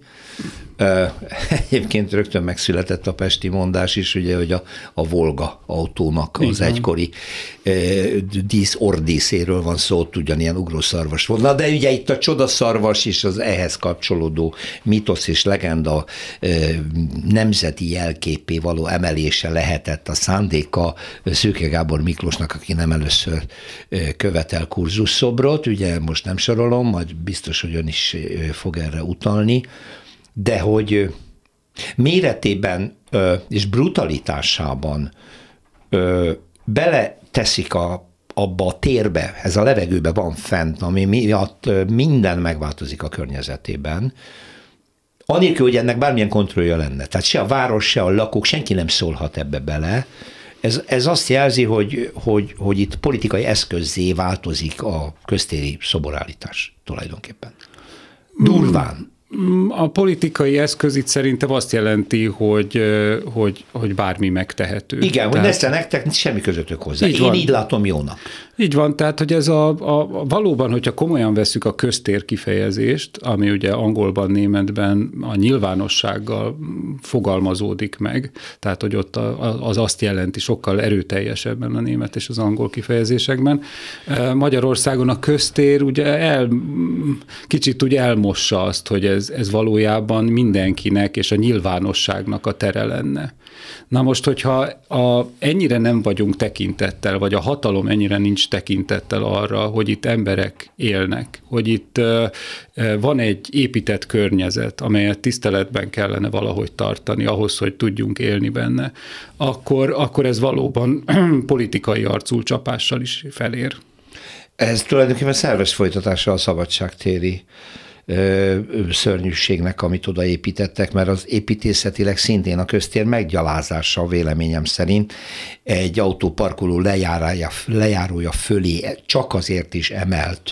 Egyébként rögtön megszületett a pesti mondás is, ugye, hogy a, a Volga autónak az Igen. egykori dísz ordíszéről van szó, ott ugyanilyen ugrószarvas volt. Na, de ugye itt a csodaszarvas és az ehhez kapcsolódó mitosz és legenda nemzeti jelképé való emelése lehetett a szándéka Szőke Gábor Miklósnak, aki nem először követel kurzusszobrot, ugye most nem sorolom, majd biztos, hogy ön is fog erre utalni, de hogy méretében és brutalitásában beleteszik a, abba a térbe, ez a levegőbe van fent, ami miatt minden megváltozik a környezetében, anélkül, hogy ennek bármilyen kontrollja lenne. Tehát se a város, se a lakók, senki nem szólhat ebbe bele. Ez, ez azt jelzi, hogy, hogy, hogy itt politikai eszközzé változik a köztéri szoborállítás tulajdonképpen. Durván. A politikai eszköz itt szerintem azt jelenti, hogy, hogy, hogy bármi megtehető. Igen, tehát, hogy nesze nektek semmi közöttök hozzá. Így Én van. Így látom jónak. Így van, tehát hogy ez a, a, valóban, hogyha komolyan veszük a köztér kifejezést, ami ugye angolban, németben a nyilvánossággal fogalmazódik meg, tehát hogy ott az azt jelenti sokkal erőteljesebben a német és az angol kifejezésekben. Magyarországon a köztér ugye el, kicsit úgy elmossa azt, hogy ez, ez valójában mindenkinek és a nyilvánosságnak a tere lenne. Na most, hogyha a, ennyire nem vagyunk tekintettel, vagy a hatalom ennyire nincs tekintettel arra, hogy itt emberek élnek, hogy itt uh, van egy épített környezet, amelyet tiszteletben kellene valahogy tartani, ahhoz, hogy tudjunk élni benne, akkor, akkor ez valóban politikai arculcsapással is felér. Ez tulajdonképpen szerves folytatása a szabadságtéri szörnyűségnek, amit odaépítettek, mert az építészetileg szintén a köztér meggyalázása véleményem szerint egy autóparkoló lejárója, lejárója fölé csak azért is emelt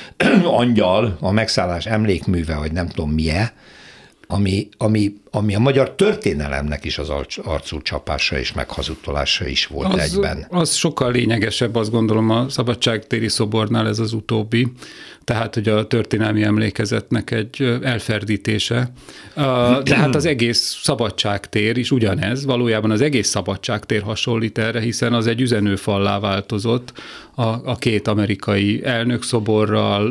angyal, a megszállás emlékműve, vagy nem tudom milyen, ami, ami, ami a magyar történelemnek is az arcú csapása és meghazudtolása is volt az, egyben. Az sokkal lényegesebb, azt gondolom, a szabadságtéri szobornál ez az utóbbi, tehát, hogy a történelmi emlékezetnek egy elferdítése. De hát az egész szabadságtér is ugyanez, valójában az egész szabadságtér hasonlít erre, hiszen az egy üzenőfallá változott a, a két amerikai elnökszoborral,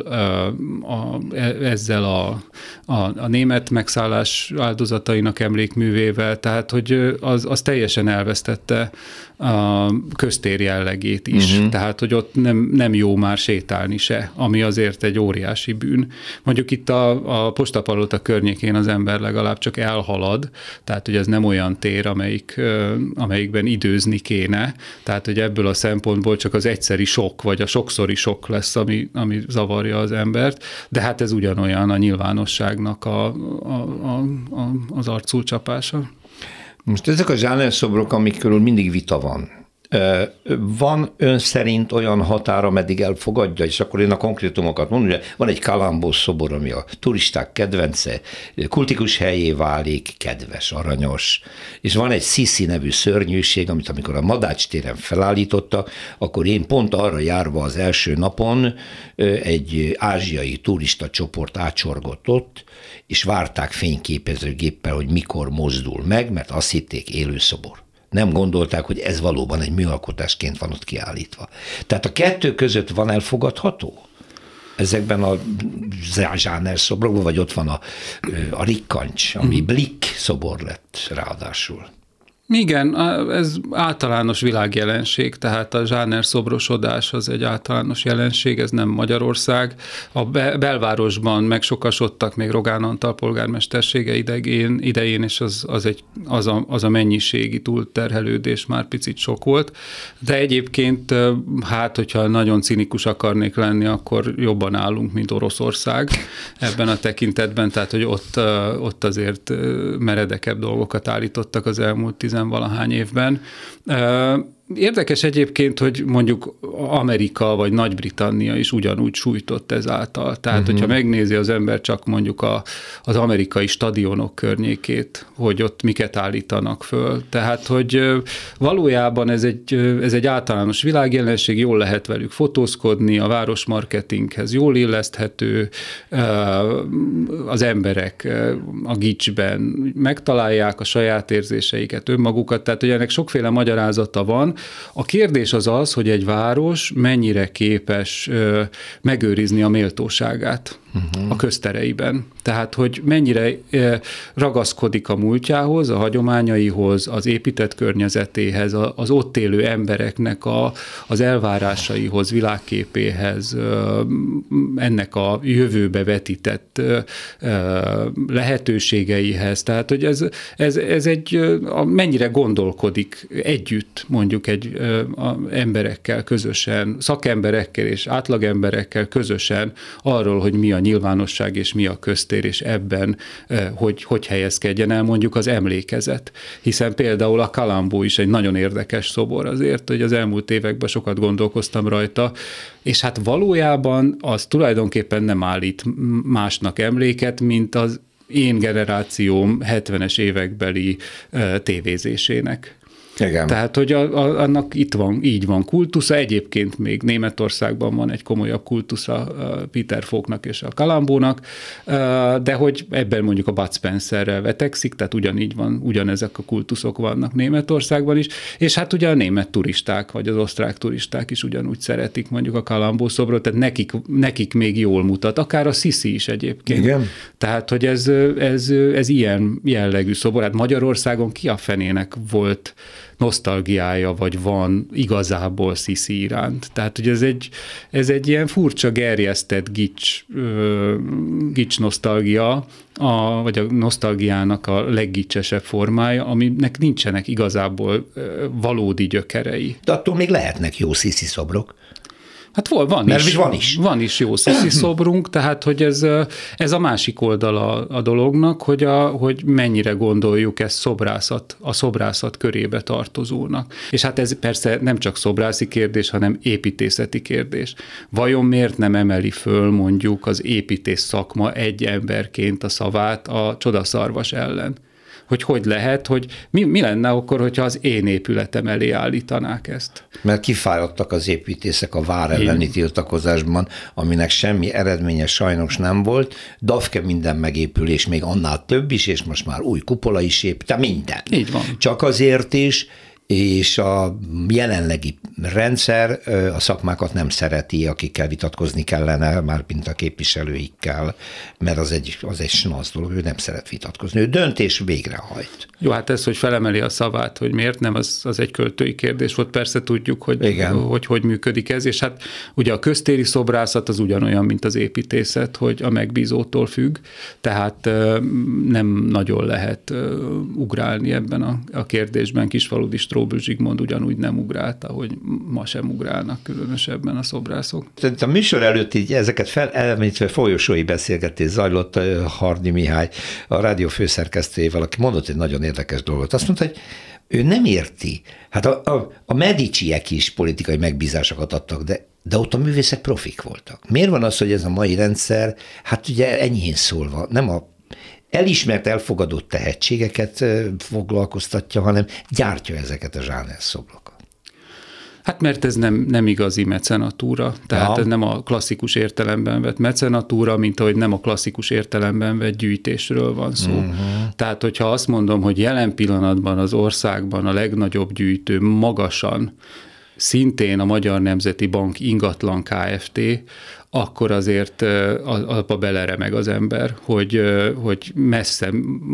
a, ezzel a, a, a német megszállás áldozatainak emlékművével, tehát, hogy az, az teljesen elvesztette a köztér jellegét is. Uh-huh. Tehát, hogy ott nem, nem jó már sétálni se, ami azért egy óriási bűn. Mondjuk itt a, a Postapalota környékén az ember legalább csak elhalad, tehát, hogy ez nem olyan tér, amelyik, amelyikben időzni kéne, tehát, hogy ebből a szempontból csak az egyszeri sok, vagy a sokszori sok lesz, ami, ami zavarja az embert, de hát ez ugyanolyan a nyilvánosságnak a, a, a, a, az arculcsapása. Most ezek a zsánerszobrok, amik körül mindig vita van. Van ön szerint olyan határ, ameddig elfogadja, és akkor én a konkrétumokat mondom, hogy van egy Kalambós szobor, ami a turisták kedvence, kultikus helyé válik, kedves, aranyos, és van egy Sisi nevű szörnyűség, amit amikor a Madács téren felállította, akkor én pont arra járva az első napon egy ázsiai turista csoport ácsorgott ott, és várták fényképezőgéppel, hogy mikor mozdul meg, mert azt hitték élő szobor. Nem gondolták, hogy ez valóban egy műalkotásként van ott kiállítva. Tehát a kettő között van elfogadható? Ezekben a zsáner szobrokban, vagy ott van a, a Rikkancs, ami Blick szobor lett ráadásul. Igen, ez általános világjelenség, tehát a zsáner szobrosodás az egy általános jelenség, ez nem Magyarország. A belvárosban megsokasodtak még Rogán Antal polgármestersége idején, idején és az, az, egy, az, a, az a mennyiségi túlterhelődés már picit sok volt, de egyébként hát, hogyha nagyon cinikus akarnék lenni, akkor jobban állunk, mint Oroszország ebben a tekintetben, tehát hogy ott, ott azért meredekebb dolgokat állítottak az elmúlt tizenvalahány évben. Érdekes egyébként, hogy mondjuk Amerika vagy Nagy-Britannia is ugyanúgy sújtott ezáltal. Tehát, uh-huh. hogyha megnézi az ember csak mondjuk a, az amerikai stadionok környékét, hogy ott miket állítanak föl. Tehát, hogy valójában ez egy, ez egy általános világjelenség, jól lehet velük fotózkodni, a városmarketinghez jól illeszthető, az emberek a gicsben megtalálják a saját érzéseiket, önmagukat, tehát, hogy ennek sokféle magyarázata van. A kérdés az az, hogy egy város mennyire képes ö, megőrizni a méltóságát uh-huh. a köztereiben. Tehát, hogy mennyire ö, ragaszkodik a múltjához, a hagyományaihoz, az épített környezetéhez, a, az ott élő embereknek a, az elvárásaihoz, világképéhez, ö, ennek a jövőbe vetített ö, ö, lehetőségeihez. Tehát, hogy ez, ez, ez egy, ö, mennyire gondolkodik együtt mondjuk mondjuk egy ö, a emberekkel közösen, szakemberekkel és átlagemberekkel közösen arról, hogy mi a nyilvánosság és mi a köztér, és ebben ö, hogy, hogy helyezkedjen el mondjuk az emlékezet. Hiszen például a Kalambó is egy nagyon érdekes szobor azért, hogy az elmúlt években sokat gondolkoztam rajta, és hát valójában az tulajdonképpen nem állít másnak emléket, mint az én generációm hetvenes évekbeli uh, tévézésének. Igen. Tehát, hogy a, a, annak itt van, így van kultusza, egyébként még Németországban van egy komolyabb kultusza Peter Falknak és a Kalambónak, de hogy ebben mondjuk a Bud Spencerrel vetekszik, tehát ugyanígy van, ugyanezek a kultuszok vannak Németországban is, és hát ugye a német turisták, vagy az osztrák turisták is ugyanúgy szeretik mondjuk a Kalambó szobrot, tehát nekik, nekik még jól mutat, akár a Sisi is egyébként. Igen. Tehát, hogy ez, ez, ez ilyen jellegű szobor, hát Magyarországon ki a fenének volt nosztalgiája, vagy van igazából Sisi iránt. Tehát, hogy ez egy, ez egy ilyen furcsa, gerjesztett gics, gics nosztalgia, a, vagy a nosztalgiának a leggicsesebb formája, aminek nincsenek igazából valódi gyökerei. De attól még lehetnek jó Sisi szobrok. Hát van, van Mert is. van is. Van is jó Sisi szobrunk, tehát hogy ez, ez a másik oldala a dolognak, hogy, a, hogy mennyire gondoljuk ezt szobrászat, a szobrászat körébe tartozónak. És hát ez persze nem csak szobrászi kérdés, hanem építészeti kérdés. Vajon miért nem emeli föl mondjuk az építész szakma egy emberként a szavát a csodaszarvas ellen? Hogy hogy lehet, hogy mi, mi lenne akkor, hogyha az én épületem elé állítanák ezt? Mert kifáradtak az építészek a vár elleni tiltakozásban, aminek semmi eredménye sajnos nem volt. Dafke minden megépül, és még annál több is, és most már új kupola is épít, minden. Így van. Csak azért is, és a jelenlegi rendszer a szakmákat nem szereti, akikkel vitatkozni kellene, már mint a képviselőikkel, mert az egy, az egy snasz dolog, ő nem szeret vitatkozni, ő dönt és végrehajt. Jó, hát ez, hogy felemeli a szavát, hogy miért nem, az, az egy költői kérdés volt, persze tudjuk, hogy, hogy hogy működik ez, és hát ugye a köztéri szobrászat az ugyanolyan, mint az építészet, hogy a megbízótól függ, tehát nem nagyon lehet ugrálni ebben a, a kérdésben. Kisfaludi Stróbl Zsigmond ugyanúgy nem ugrált, ahogy ma sem ugrálnak különösebben a szobrászok. A műsor előtt így ezeket felemlítve folyosói beszélgetés zajlott Hardy Mihály, a rádió főszerkesztőjével, aki mondott egy nagyon érdekes dolgot. Azt mondta, hogy ő nem érti. Hát a, a, a Mediciek is politikai megbízásokat adtak, de, de ott a művészek profik voltak. Miért van az, hogy ez a mai rendszer, hát ugye enyhén szólva, nem a elismert, elfogadott tehetségeket foglalkoztatja, hanem gyártja ezeket a zsánerszobrokat. Hát mert ez nem, nem igazi mecenatúra, tehát ja. ez nem a klasszikus értelemben vett mecenatúra, mint ahogy nem a klasszikus értelemben vett gyűjtésről van szó. Uh-huh. Tehát, hogyha azt mondom, hogy jelen pillanatban az országban a legnagyobb gyűjtő magasan szintén a Magyar Nemzeti Bank ingatlan Kft., akkor azért abba beleremeg az ember, hogy, hogy messze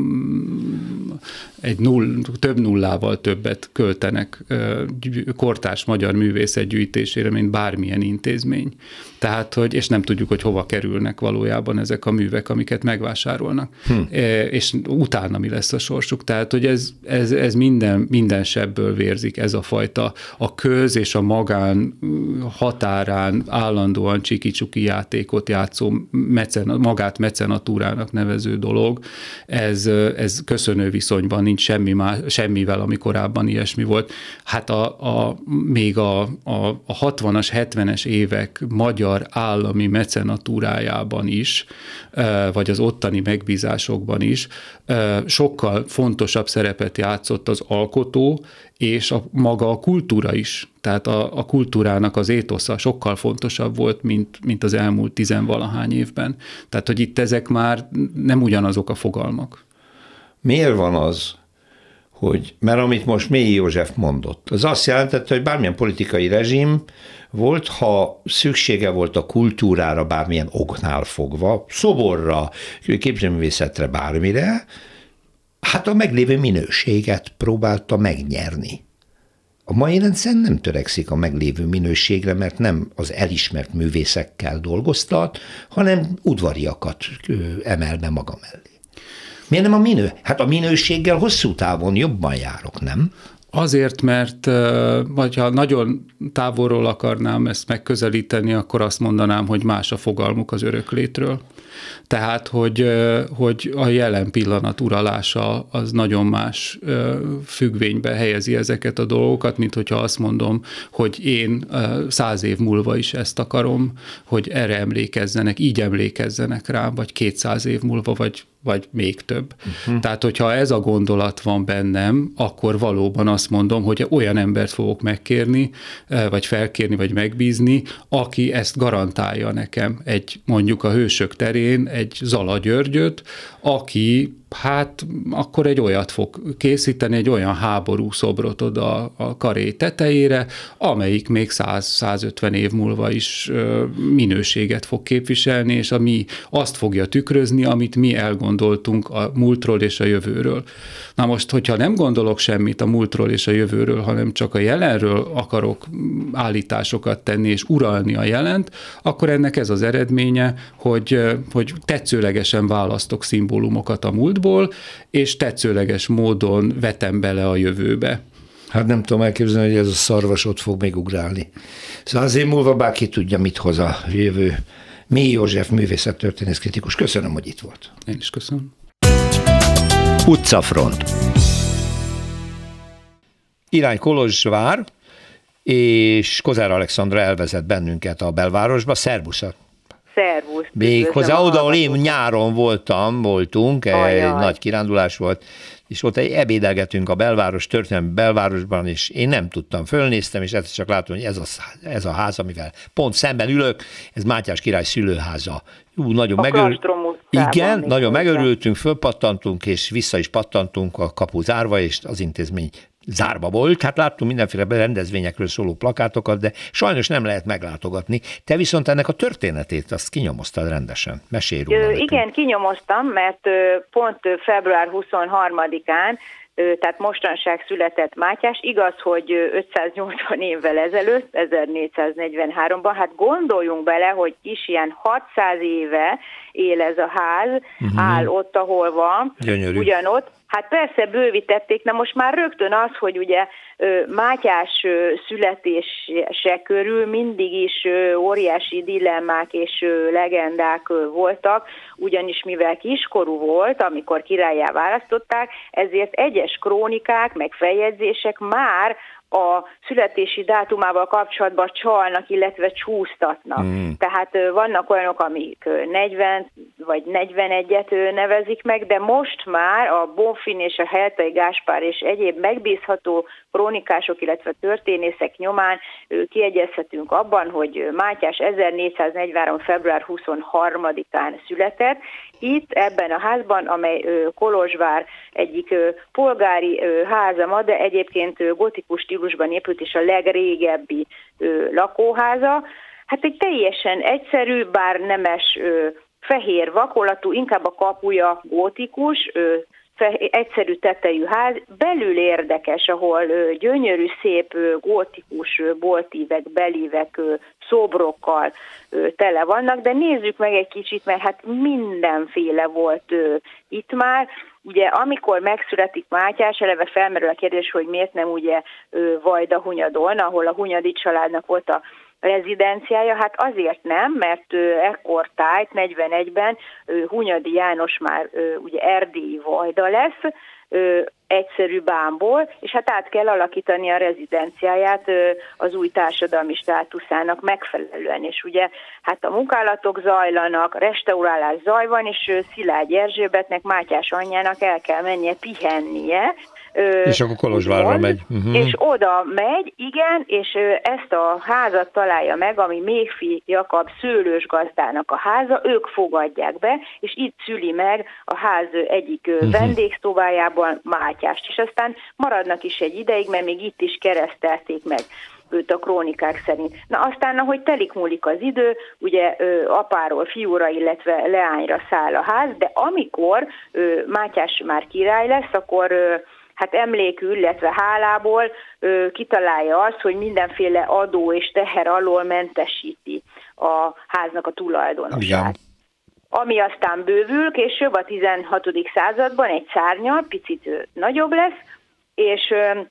egy null, több nullával többet költenek kortárs magyar művészet gyűjtésére, mint bármilyen intézmény. Tehát, hogy, és nem tudjuk, hogy hova kerülnek valójában ezek a művek, amiket megvásárolnak. Hm. És utána mi lesz a sorsuk. Tehát, hogy ez, ez, ez minden, minden sebből vérzik, ez a fajta a köz és a magán határán állandóan csiki-csuki játékot játszó, mecen, magát mecenatúrának nevező dolog. Ez, ez köszönő viszonyban nincs semmi más, semmivel, ami korábban ilyesmi volt. Hát a, a, még a, a, a hatvanas, hetvenes évek magyar állami mecenatúrájában is, vagy az ottani megbízásokban is sokkal fontosabb szerepet játszott az alkotó, és a, maga a kultúra is. Tehát a, a kultúrának az étosza sokkal fontosabb volt, mint, mint az elmúlt tizenvalahány évben. Tehát, hogy itt ezek már nem ugyanazok a fogalmak. Miért van az, hogy, mert amit most Mélyi József mondott, az azt jelentette, hogy bármilyen politikai rezsim volt, ha szüksége volt a kultúrára bármilyen oknál fogva, szoborra, képzőművészetre, bármire, hát a meglévő minőséget próbálta megnyerni. A mai rendszer nem törekszik a meglévő minőségre, mert nem az elismert művészekkel dolgoztat, hanem udvariakat emel be maga mellé. Miért nem a minő? Hát a minőséggel hosszú távon jobban járok, nem? Azért, mert vagy ha nagyon távolról akarnám ezt megközelíteni, akkor azt mondanám, hogy más a fogalmuk az öröklétről. Tehát, hogy, hogy a jelen pillanat uralása az nagyon más függvénybe helyezi ezeket a dolgokat, mint hogyha azt mondom, hogy én száz év múlva is ezt akarom, hogy erre emlékezzenek, így emlékezzenek rám, vagy kétszáz év múlva, vagy vagy még több. Uh-huh. Tehát, hogyha ez a gondolat van bennem, akkor valóban azt mondom, hogy olyan embert fogok megkérni, vagy felkérni, vagy megbízni, aki ezt garantálja nekem. Egy, mondjuk a Hősök terén egy Zala Györgyöt, aki hát akkor egy olyat fog készíteni, egy olyan háború szobrot oda a karé tetejére, amelyik még száz-százötven év múlva is minőséget fog képviselni, és ami azt fogja tükrözni, amit mi elgondoltunk a múltról és a jövőről. Na most, hogyha nem gondolok semmit a múltról és a jövőről, hanem csak a jelenről akarok állításokat tenni és uralni a jelent, akkor ennek ez az eredménye, hogy, hogy tetszőlegesen választok szimbólumokat a múltból, és tetszőleges módon vetem bele a jövőbe. Hát nem tudom elképzelni, hogy ez a szarvas ott fog még ugrálni. Száz év múlva bárki tudja, mit hoz a jövő. Mély József művészettörténész kritikus. Köszönöm, hogy itt volt. Én is köszönöm. Utcafront. Irány Kolozsvár, és Kozár Alexandra elvezet bennünket a belvárosba. Szervusz! Szervusz! Még hozzá oda, ahol én nyáron voltam, voltunk, Ajaj. egy nagy kirándulás volt, és ott egy ebédelgetünk a belváros, történelmi belvárosban, és én nem tudtam, fölnéztem, és ezt csak látom, hogy ez a, ez a ház, amivel pont szemben ülök, ez Mátyás király szülőháza. Ú, nagyon megörül... Igen, nagyon megörültünk, fölpattantunk, és vissza is pattantunk, a kapu zárva, és az intézmény zárva volt. Hát láttunk mindenféle rendezvényekről szóló plakátokat, de sajnos nem lehet meglátogatni. Te viszont ennek a történetét, azt kinyomoztad rendesen. Mesélj róla. Igen, kinyomoztam, mert pont február huszonharmadikán, tehát mostanság született Mátyás. Igaz, hogy ötszáznyolcvan évvel ezelőtt, ezernégyszáznegyvenháromban, hát gondoljunk bele, hogy is ilyen hatszáz éve él ez a ház, uh-huh. áll ott, ahol van, Gyönyörű. Ugyanott. Hát persze bővítették, na most már rögtön az, hogy ugye Mátyás születése körül mindig is óriási dilemmák és legendák voltak, ugyanis mivel kiskorú volt, amikor királlyá választották, ezért egyes krónikák, meg feljegyzések már a születési dátumával kapcsolatban csalnak, illetve csúsztatnak. Mm. Tehát vannak olyanok, amik negyven vagy negyvenegyet nevezik meg, de most már a Bonfin és a Heltai Gáspár és egyéb megbízható krónikások, illetve történészek nyomán kiegyezhetünk abban, hogy Mátyás ezernégyszáznegyvenhárom. február huszonharmadikán született. Itt ebben a házban, amely Kolozsvár egyik polgári háza ma, de egyébként gotikus stílusban épült, és a legrégebbi lakóháza. Hát egy teljesen egyszerű, bár nemes fehér vakolatú, inkább a kapuja gótikus, egyszerű tetejű ház, belül érdekes, ahol gyönyörű, szép, gótikus boltívek, belívek, szobrokkal tele vannak, de nézzük meg egy kicsit, mert hát mindenféle volt itt már. Ugye amikor megszületik Mátyás, eleve felmerül a kérdés, hogy miért nem ugye Vajdahunyadon, ahol a Hunyadi családnak volt a rezidenciája, hát azért nem, mert ekkortájt negyvenegyben Hunyadi János már ugye erdélyi vajda lesz, egyszerű bámból, és hát át kell alakítani a rezidenciáját az új társadalmi státuszának megfelelően, és ugye hát a munkálatok zajlanak, restaurálás zaj van, és Szilágy Erzsébetnek, Mátyás anyjának el kell mennie pihennie, és akkor Kolozsvárra megy. Uh-huh. És oda megy, igen, és ezt a házat találja meg, ami Méhfi Jakab szőlős gazdának a háza, ők fogadják be, és itt szüli meg a ház egyik uh-huh. vendégszobájában Mátyást, és aztán maradnak is egy ideig, mert még itt is keresztelték meg őt a krónikák szerint. Na aztán, ahogy telik múlik az idő, ugye ö, apáról fiúra, illetve leányra száll a ház, de amikor ö, Mátyás már király lesz, akkor ö, hát emlékül, illetve hálából ö, kitalálja azt, hogy mindenféle adó és teher alól mentesíti a háznak a tulajdonosát. Igen. Ami aztán bővül, később a tizenhatodik században egy szárnyal, picit ö, nagyobb lesz, és ö,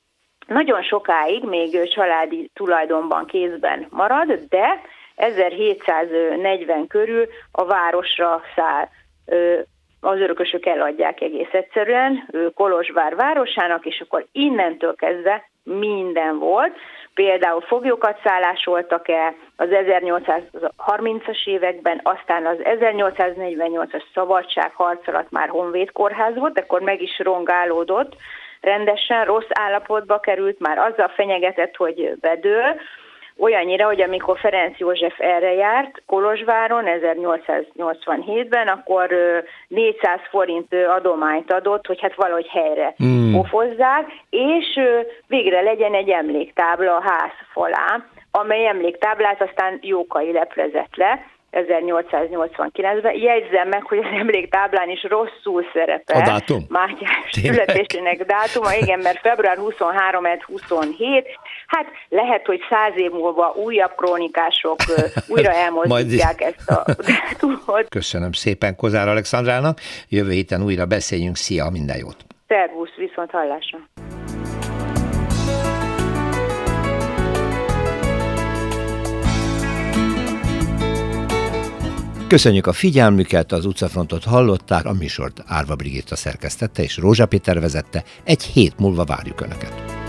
nagyon sokáig még családi tulajdonban, kézben marad, de ezerhétszáznegyven körül a városra száll. Az örökösök eladják egész egyszerűen Kolozsvár városának, és akkor innentől kezdve minden volt. Például foglyokat szállásoltak el az ezernyolcszázharmincas években, aztán az ezernyolcszáznegyvennyolcas szabadságharc alatt már honvéd kórház volt, akkor meg is rongálódott, rendesen rossz állapotba került, már azzal fenyegetett, hogy bedől, olyannyira, hogy amikor Ferenc József erre járt Kolozsváron ezernyolcszáznyolcvanhétben, akkor négyszáz forint adományt adott, hogy hát valahogy helyre mm. pofozzák, és végre legyen egy emléktábla a ház falán, amely emléktáblát aztán Jókai leplezett le ezernyolcszáznyolcvankilencben. Jegyzem meg, hogy az emléktáblán is rosszul szerepel. A dátum? Mátyás születésének dátuma, igen, mert február huszonharmadika huszonhét. Hát lehet, hogy száz év múlva újabb krónikások újra elmozdítják ezt a dátumot. Köszönöm szépen Kozár Alexandrának. Jövő héten újra beszéljünk. Szia, minden jót! Szervusz, viszont hallásra! Köszönjük a figyelmüket, az utcafrontot hallották, a műsort Árva Brigitta szerkesztette és Rózsa Péter vezette. Egy hét múlva várjuk Önöket.